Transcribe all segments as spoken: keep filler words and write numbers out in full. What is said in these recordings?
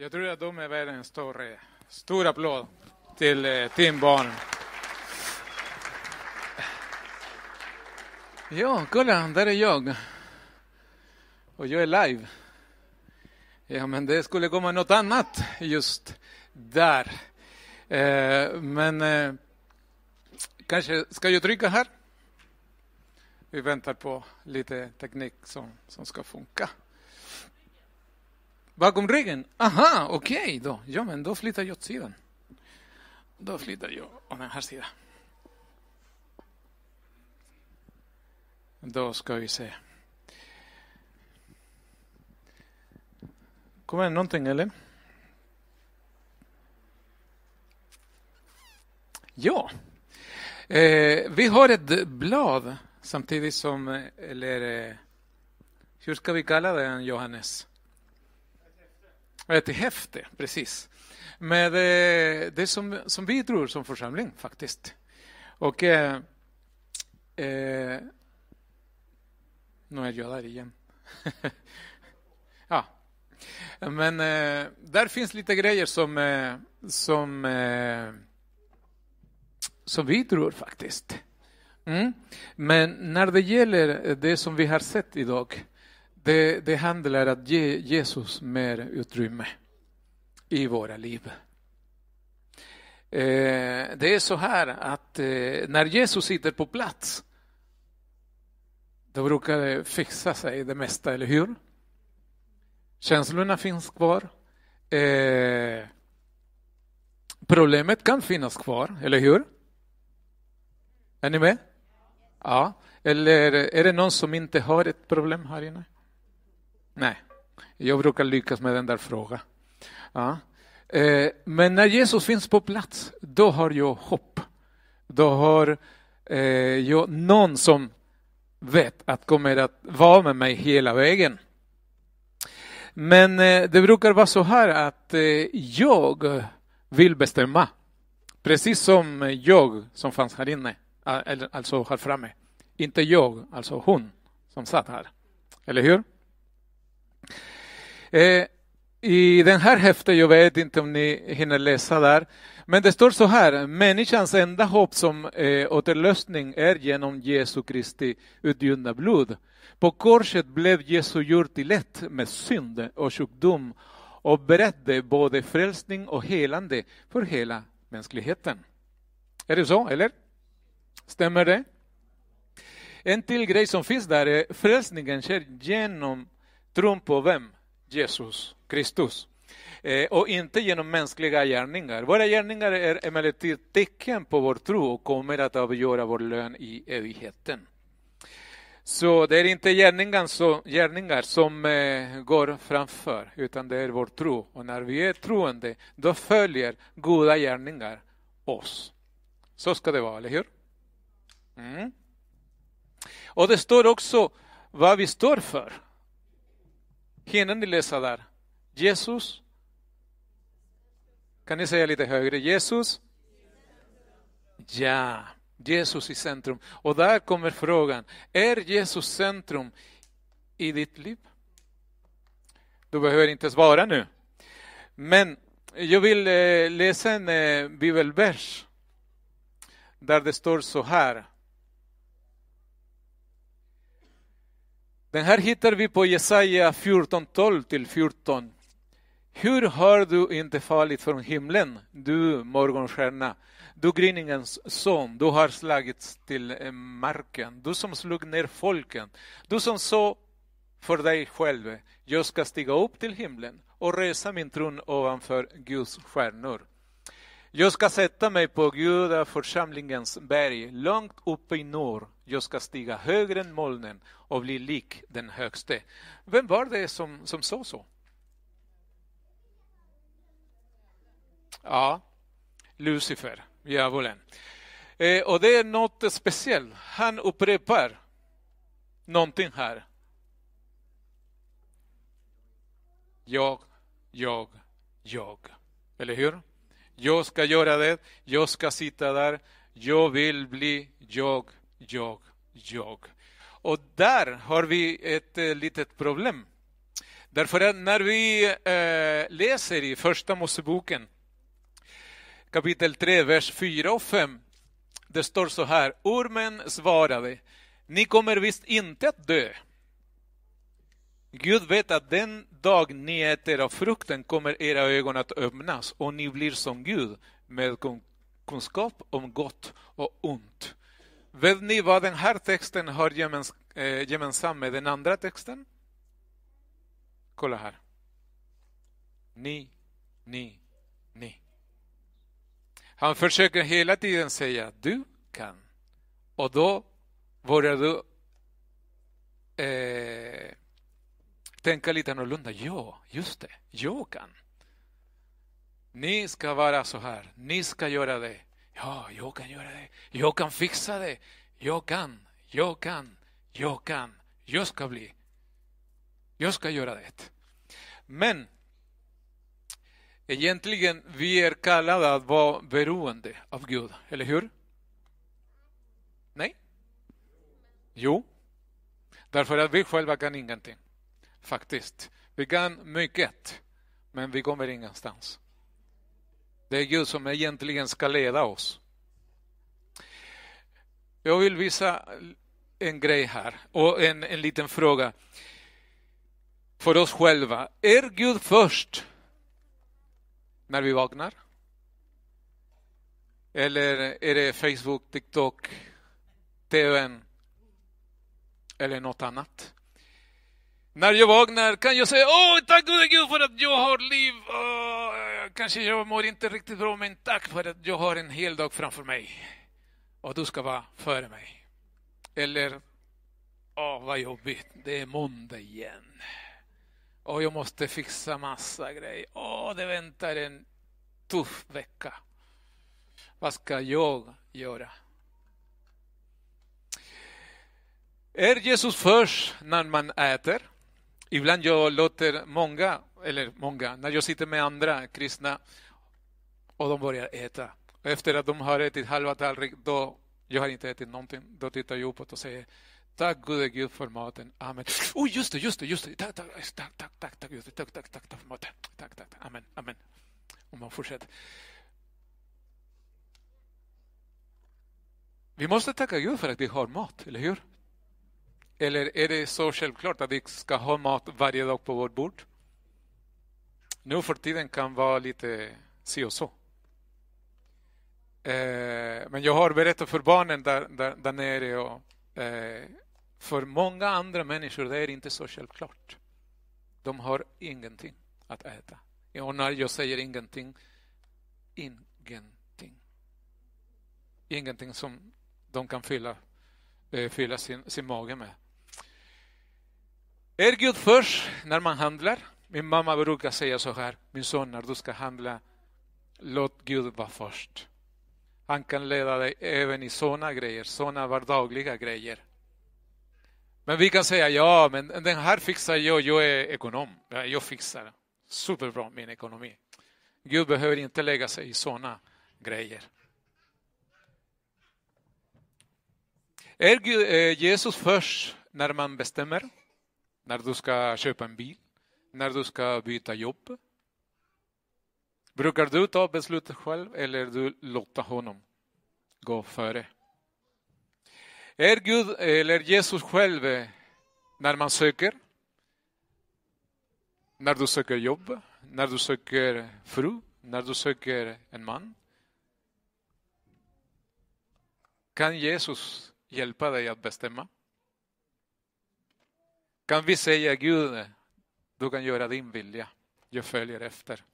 Jag tror att de är värda en stor, stor applåd till eh, Tim Barn. Ja, kolla, där är jag. Och jag är live. Ja, men det skulle komma något annat just där. Eh, men eh, kanske ska jag trycka här. Vi väntar på lite teknik som, som ska funka. Bakom ryggen? Aha, okej okay då. Ja, men då flyttar jag åt sidan. Då flyttar jag åt den här sidan. Då ska vi se. Kommer det någonting eller? Ja. Eh, vi har ett blad samtidigt som, eller eh, hur ska vi kalla det, Johannes? Ett häfte, precis. Med eh, det som, som vi tror som församling faktiskt. Och eh, eh, nu är jag där igen. Ja. Men eh, där finns lite grejer som eh, som eh, som vi tror faktiskt. Mm. Men när det gäller det som vi har sett idag, det, det handlar om att ge Jesus mer utrymme i våra liv. Eh, det är så här att eh, när Jesus sitter på plats, då brukar det fixa sig det mesta, eller hur? Känslorna finns kvar. Eh, problemet kan finnas kvar, eller hur? Är ni med? Ja. Eller är det någon som inte har ett problem här inne? Nej. Jag brukar lyckas med den där frågan. Ja. Eh, men när Jesus finns på plats, då har jag hopp. Då har eh, jag någon som vet att kommer att vara med mig hela vägen. Men eh, det brukar vara så här att eh, jag vill bestämma. Precis som jag som fanns här inne. Alltså här framme. Inte jag, alltså hon som satt här. Eller hur? Eh, I den här häften, jag vet inte om ni hinner läsa där. Men det står så här. Människans enda hopp som eh, återlösning är genom Jesu Kristi utgjutna blod. På korset blev Jesu gjort till ett med synd och sjukdom och beredde både frälsning och helande för hela mänskligheten. Är det så, eller? Stämmer det? En till grej som finns där är frälsningen sker genom tron på vem? Jesus Kristus. Eh, och inte genom mänskliga gärningar. Våra gärningar är emellertid tecken på vår tro och kommer att avgöra vår lön i evigheten. Så det är inte gärningar, så, gärningar som eh, går framför, utan det är vår tro. Och när vi är troende, då följer goda gärningar oss. Så ska det vara, eller hur? Mm. Och det står också vad vi står för. Hinner ni läsa där? Jesus. Kan ni säga lite högre? Jesus? Ja, Jesus i centrum. Och där kommer frågan. Är Jesus centrum i ditt liv? Du behöver inte svara nu. Men jag vill eh, läsa en eh, bibelvers. Där det står så här. Den här hittar vi på Jesaja fjorton tolv till fjorton. Hur har du inte fallit från himlen, du morgonstjärna, du gryningens son, du har slagits till marken, du som slog ner folken, du som sa för dig själv, jag ska stiga upp till himlen och resa min tron ovanför Guds stjärnor. Jag ska sätta mig på gudaförsamlingens berg långt uppe i norr. Jag ska stiga högre än molnen och bli lik den högste. Vem var det som, som sa så? Ja, Lucifer, djävulen. Eh, och det är något speciellt. Han upprepar någonting här. Jag, jag, jag. Eller hur? Jag ska göra det, jag ska sitta där, jag vill bli jag, jag, jag. Och där har vi ett eh, litet problem. Därför att när vi eh, läser i första Moseboken, kapitel tre, vers fyra och fem, det står så här: ormen svarade, ni kommer visst inte att dö. Gud vet att den dag ni äter av frukten kommer era ögon att öppnas och ni blir som Gud med kunskap om gott och ont. Vet ni vad den här texten har gemens, eh, gemensam med den andra texten? Kolla här. Ni, ni, ni. Han försöker hela tiden säga du kan. Och då börjar du eh, tänka lite annorlunda. Ja, just det. Jag kan. Ni ska vara så här. Ni ska göra det. Ja, jag kan göra det. Jag kan fixa det. Jag kan. Jag kan. Jag kan. Jag ska bli. Jag ska göra det. Men egentligen vi är kallade att vara beroende av Gud. Eller hur? Nej? Jo. Därför att vi själva kan ingenting. Faktiskt. Vi kan mycket. Men vi kommer ingenstans. Det är Gud som egentligen ska leda oss. Jag vill visa en grej här. Och en, en liten fråga. För oss själva. Är Gud först när vi vaknar? Eller är det Facebook, TikTok, T V:n eller något annat? När jag vaknar kan jag säga, åh, tack gode Gud för att jag har liv. Åh, kanske jag mår inte riktigt bra, men tack för att jag har en hel dag framför mig. Och du ska vara före mig. Eller, åh, vad jobbigt, det är måndag igen. Och jag måste fixa massa grejer. Åh, det väntar en tuff vecka. Vad ska jag göra? Är Jesus först när man äter? Ibland jag låter många, eller många, när jag sitter med andra kristna och de börjar äta. Och efter att de har ätit halva tallrik, då jag har inte ätit någonting, då tittar jag uppåt och säger, tack gode Gud för maten. Amen. Oh, just det, just det, just det. Tack, tack, tack, tack, tack, tack, just det. Tack, tack, tack, tack för maten. Tack, tack, tack. Amen, amen. Och man fortsätter. Vi måste tacka Gud för att vi har mat, eller hur? Eller är det så självklart att vi ska ha mat varje dag på vårt bord? Nu för tiden kan vara lite si och så. Eh, men jag har berättat för barnen där, där, där nere och eh, för många andra människor det är inte så självklart. De har ingenting att äta. Och när jag säger ingenting, ingenting. Ingenting som de kan fylla, eh, fylla sin, sin mage med. Är Gud först när man handlar? Min mamma brukar säga så här, min son, när du ska handla, låt Gud vara först. Han kan leda dig även i sådana grejer, sådana vardagliga grejer. Men vi kan säga, ja, men den här fixar jag, jag är ekonom. Jag fixar superbra min ekonomi. Gud behöver inte lägga sig i sådana grejer. Är Gud, eh, Jesus först när man bestämmer? När du ska köpa en bil? När du ska byta jobb? Brukar du ta beslutet själv eller du låta honom gå före? Är Gud eller Jesus själv när man söker? När du söker jobb? När du söker fru? När du söker en man? Kan Jesus hjälpa dig att bestämma? Kan vi säga, Gud, du kan göra din vilja. Jag följer efter.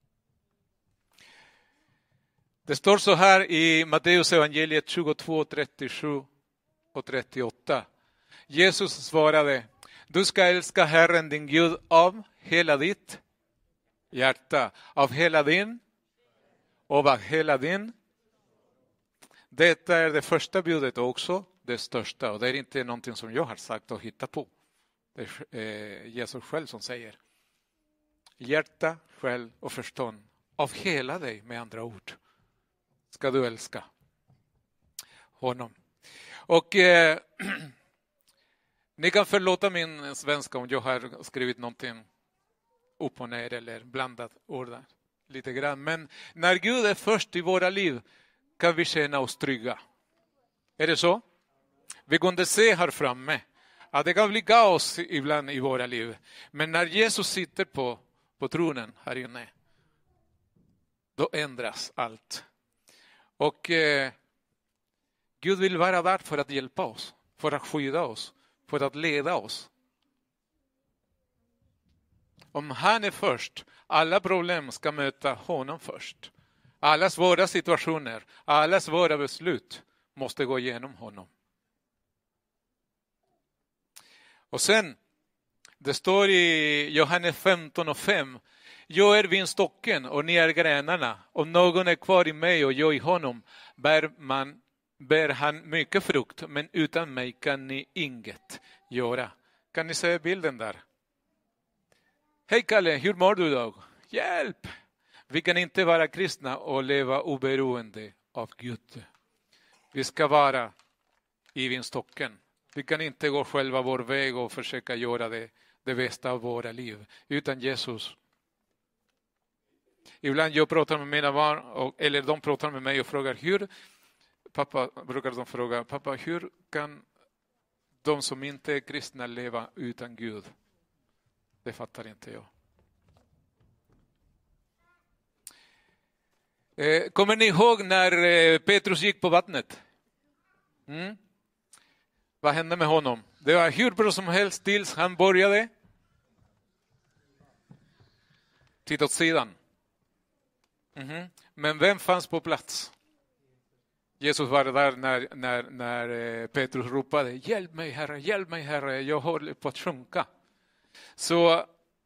Det står så här i Matteus evangeliet tjugotvå, trettiosju och trettioåtta. Jesus svarade, du ska älska Herren din Gud av hela ditt hjärta, av hela din och av hela din. Detta är det första budet också, det största. Och det är inte någonting som jag har sagt och hittat på. Det är Jesus själv som säger. Hjärta, själ och förstånd. Av hela dig, med andra ord, ska du älska honom. Och eh, ni kan förlåta min svenska om jag har skrivit någonting upp och ner eller blandat ord lite grann. Men när Gud är först i våra liv kan vi känna oss trygga. Är det så? Vi kunde se här framme att det kan bli kaos ibland i våra liv. Men när Jesus sitter på, på tronen här inne, då ändras allt. Och eh, Gud vill vara där för att hjälpa oss, för att skydda oss, för att leda oss. Om han är först, alla problem ska möta honom först. Alla svåra situationer, alla svåra beslut måste gå igenom honom. Och sen, det står i Johannes femton och fem. Jag är vinstocken och ni är grenarna. Om någon är kvar i mig och jag i honom bär, man, bär han mycket frukt. Men utan mig kan ni inget göra. Kan ni se bilden där? Hej Kalle, hur mår du idag? Hjälp! Vi kan inte vara kristna och leva oberoende av Gud. Vi ska vara i vinstocken. Vi kan inte gå själva vår väg och försöka göra det, det bästa av våra liv utan Jesus. Ibland jag pratar med mina barn, och, eller de pratar med mig och frågar hur, pappa brukar de fråga, pappa hur kan de som inte är kristna leva utan Gud? Det fattar inte jag. Eh, kommer ni ihåg när eh, Petrus gick på vattnet? Mm? Vad hände med honom? Det var hur bra som helst tills han började titta åt sidan. Mm-hmm. Men vem fanns på plats? Jesus var där när, när, när Petrus ropade, hjälp mig Herre, hjälp mig Herre, jag håller på att sjunka. Så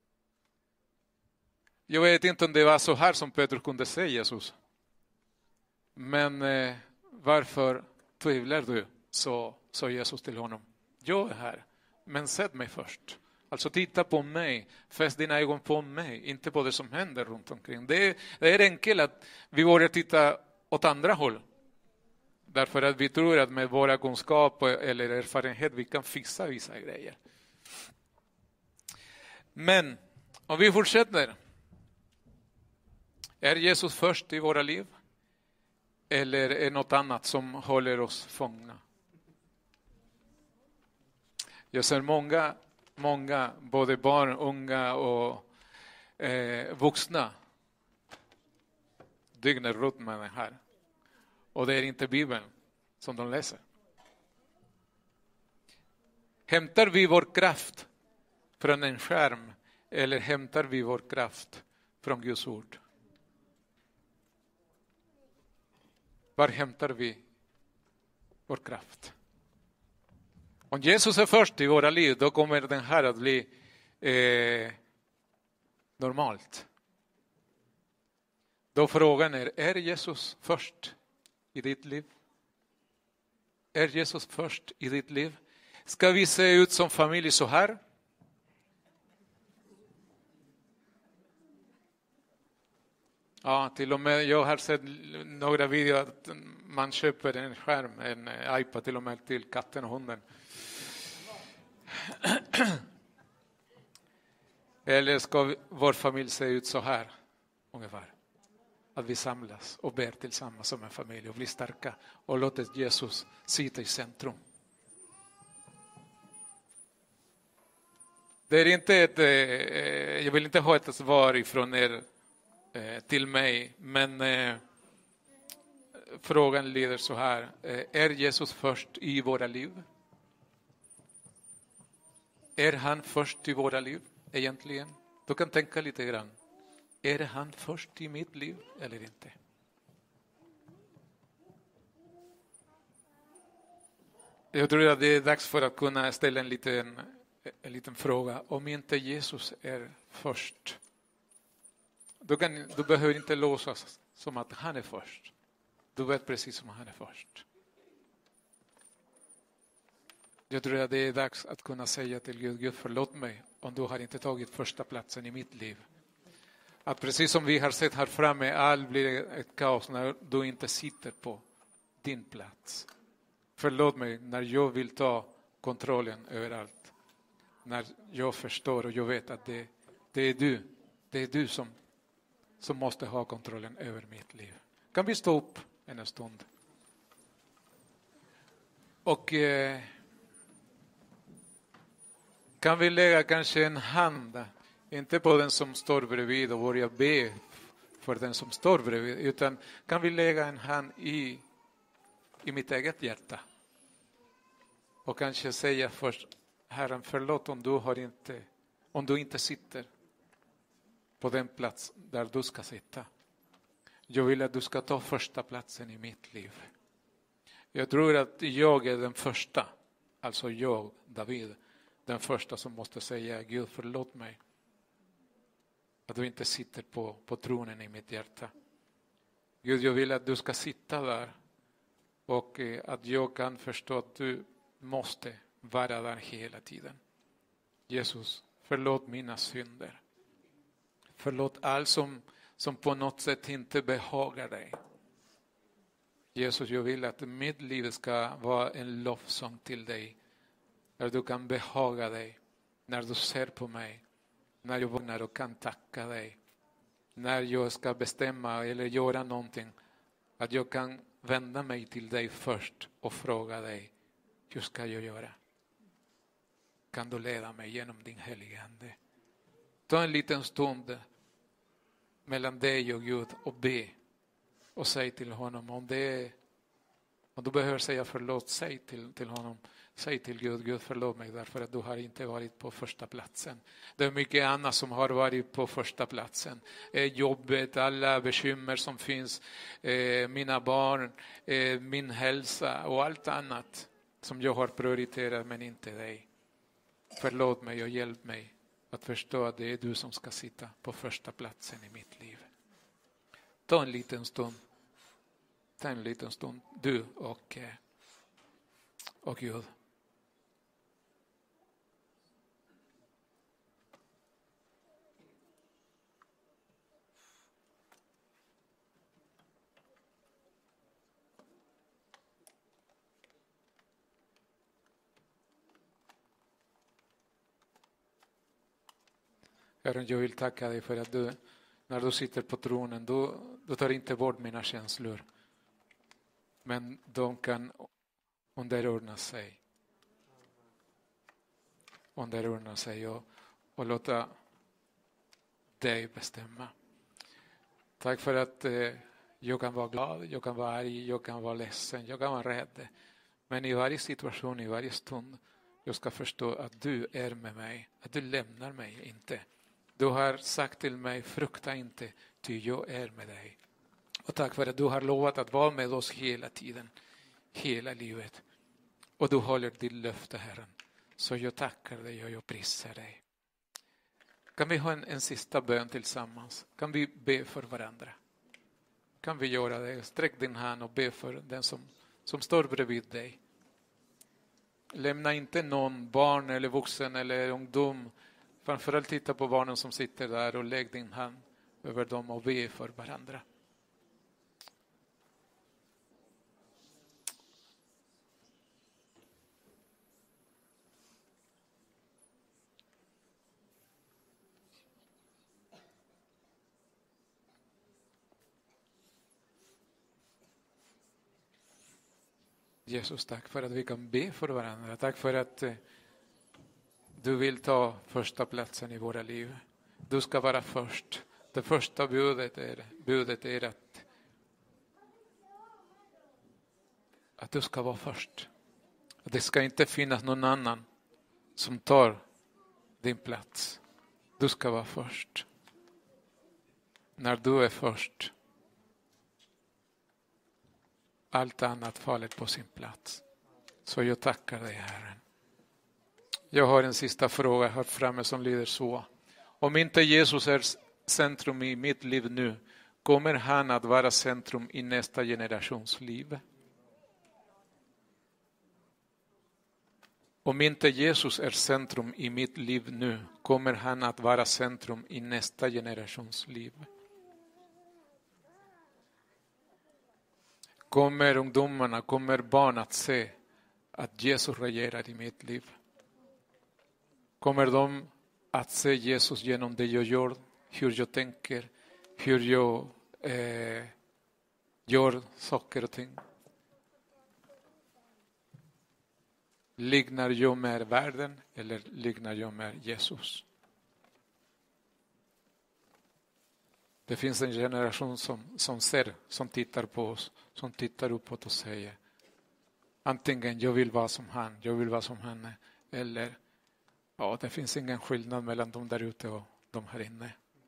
jag vet inte om det var så här som Petrus kunde säga Jesus. Men eh, varför tvivlar du? Så sa Jesus till honom. Jag är här, men sätt mig först. Alltså titta på mig, fäst dina ögon på mig, inte på det som händer runt omkring. Det är, det är enkelt att vi börjar titta åt andra håll. Därför att vi tror att med våra kunskap eller erfarenhet vi kan fixa vissa grejer. Men om vi fortsätter. Är Jesus först i våra liv? Eller är något annat som håller oss fångna? Jag ser många, många, både barn, unga och eh, vuxna dygnet runt med det här. Och det är inte Bibeln som de läser. Hämtar vi vår kraft från en skärm eller hämtar vi vår kraft från Guds ord? Var hämtar vi vår kraft? Om Jesus är först i våra liv, då kommer den här att bli eh, normalt. Då frågan är, är Jesus först i ditt liv? Är Jesus först i ditt liv? Ska vi se ut som familj så här? Ja, till och med jag har sett några videor att man köper en skärm, en iPad till och med till katten och hunden. Eller ska vi, vår familj se ut så här ungefär? Att vi samlas och ber tillsammans som en familj och blir starka och låter Jesus sitta i centrum. Det är inte ett, jag vill inte ha ett svar ifrån er till mig, men eh, frågan lyder så här. Är Jesus först i våra liv? Är han först i våra liv egentligen? Du kan tänka lite grann. Är han först i mitt liv eller inte? Jag tror att det är dags för att kunna ställa en liten, en liten fråga. Om inte Jesus är först, då, kan, då behöver inte låsas som att han är först. Du vet precis som han är först. Jag tror att det är dags att kunna säga till Gud, Gud förlåt mig om du har inte tagit första platsen i mitt liv. Att precis som vi har sett här framme, allt blir ett kaos när du inte sitter på din plats. Förlåt mig när jag vill ta kontrollen över allt. När jag förstår och jag vet att det, det är du det är du som, som måste ha kontrollen över mitt liv. Kan vi stå upp en stund? Och eh, kan vi lägga kanske en hand, inte på den som står bredvid och börja be för den som står bredvid, utan kan vi lägga en hand i, i mitt eget hjärta. Och kanske säga först, Herren, förlåt om du, har inte, om du inte sitter på den plats där du ska sitta. Jag vill att du ska ta första platsen i mitt liv. Jag tror att jag är den första, alltså jag, David, den första som måste säga, Gud, förlåt mig. Att du inte sitter på, på tronen i mitt hjärta. Gud, jag vill att du ska sitta där. Och eh, att jag kan förstå att du måste vara där hela tiden. Jesus, förlåt mina synder. Förlåt allt som, som på något sätt inte behagar dig. Jesus, jag vill att mitt liv ska vara en lovsång till dig. Där du kan behaga dig. När du ser på mig. När jag vaknar och kan tacka dig. När jag ska bestämma eller göra någonting. Att jag kan vända mig till dig först och fråga dig. Hur ska jag göra? Kan du leda mig genom din heliga ande? Ta en liten stund mellan dig och Gud och be. Och säg till honom, om det är, om du behöver säga förlåt, säg till, till honom. Säg till Gud, Gud förlåt mig därför att du har inte varit på första platsen. Det är mycket annat som har varit på första platsen. Eh, jobbet, alla bekymmer som finns, eh, mina barn, eh, min hälsa och allt annat som jag har prioriterat men inte dig. Förlåt mig och hjälp mig att förstå att det är du som ska sitta på första platsen i mitt liv. Ta en liten stund. Ta en liten stund. Du och, och Gud. Herren, jag vill tacka dig för att du, när du sitter på tronen, du, du tar inte bort mina känslor. Men de kan underordna sig. Underordna sig och, och låta dig bestämma. Tack för att eh, jag kan vara glad, jag kan vara arg, jag kan vara ledsen, jag kan vara rädd. Men i varje situation, i varje stund, jag ska förstå att du är med mig. Att du lämnar mig inte. Du har sagt till mig, frukta inte, ty jag är med dig. Och tack för att du har lovat att vara med oss hela tiden, hela livet. Och du håller ditt löfte, Herren. Så jag tackar dig och jag prisar dig. Kan vi ha en, en sista bön tillsammans? Kan vi be för varandra? Kan vi göra det? Sträck din hand och be för den som, som står bredvid dig. Lämna inte någon barn eller vuxen eller ungdom. Framförallt titta på barnen som sitter där och lägg din hand över dem och be för varandra. Jesus, tack för att vi kan be för varandra. Tack för att eh, du vill ta första platsen i våra liv. Du ska vara först. Det första budet är, budet är att, att du ska vara först. Att det ska inte finnas någon annan som tar din plats. Du ska vara först. När du är först, allt annat faller på sin plats. Så jag tackar dig, Herren. Jag har en sista fråga här framme som lyder så. Om inte Jesus är centrum i mitt liv nu, kommer han att vara centrum i nästa generations liv? Om inte Jesus är centrum i mitt liv nu, kommer han att vara centrum i nästa generations liv? Kommer ungdomarna, kommer barn att se att Jesus regerar i mitt liv? Kommer de att se Jesus genom det jag gör hur jag tänker, hur jag eh, gör saker och ting. Liknar jag med världen eller liknar jag med Jesus? Det finns en generation som, som ser, som tittar på oss, som tittar uppåt och säger antingen jag vill vara som han, jag vill vara som henne, eller ja, det finns ingen skillnad mellan de där ute och de här inne.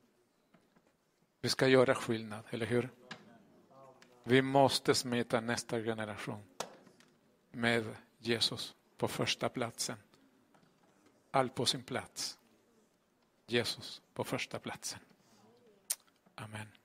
Vi ska göra skillnad, eller hur? Vi måste smita nästa generation med Jesus på första platsen. Allt på sin plats. Jesus på första platsen. Amen.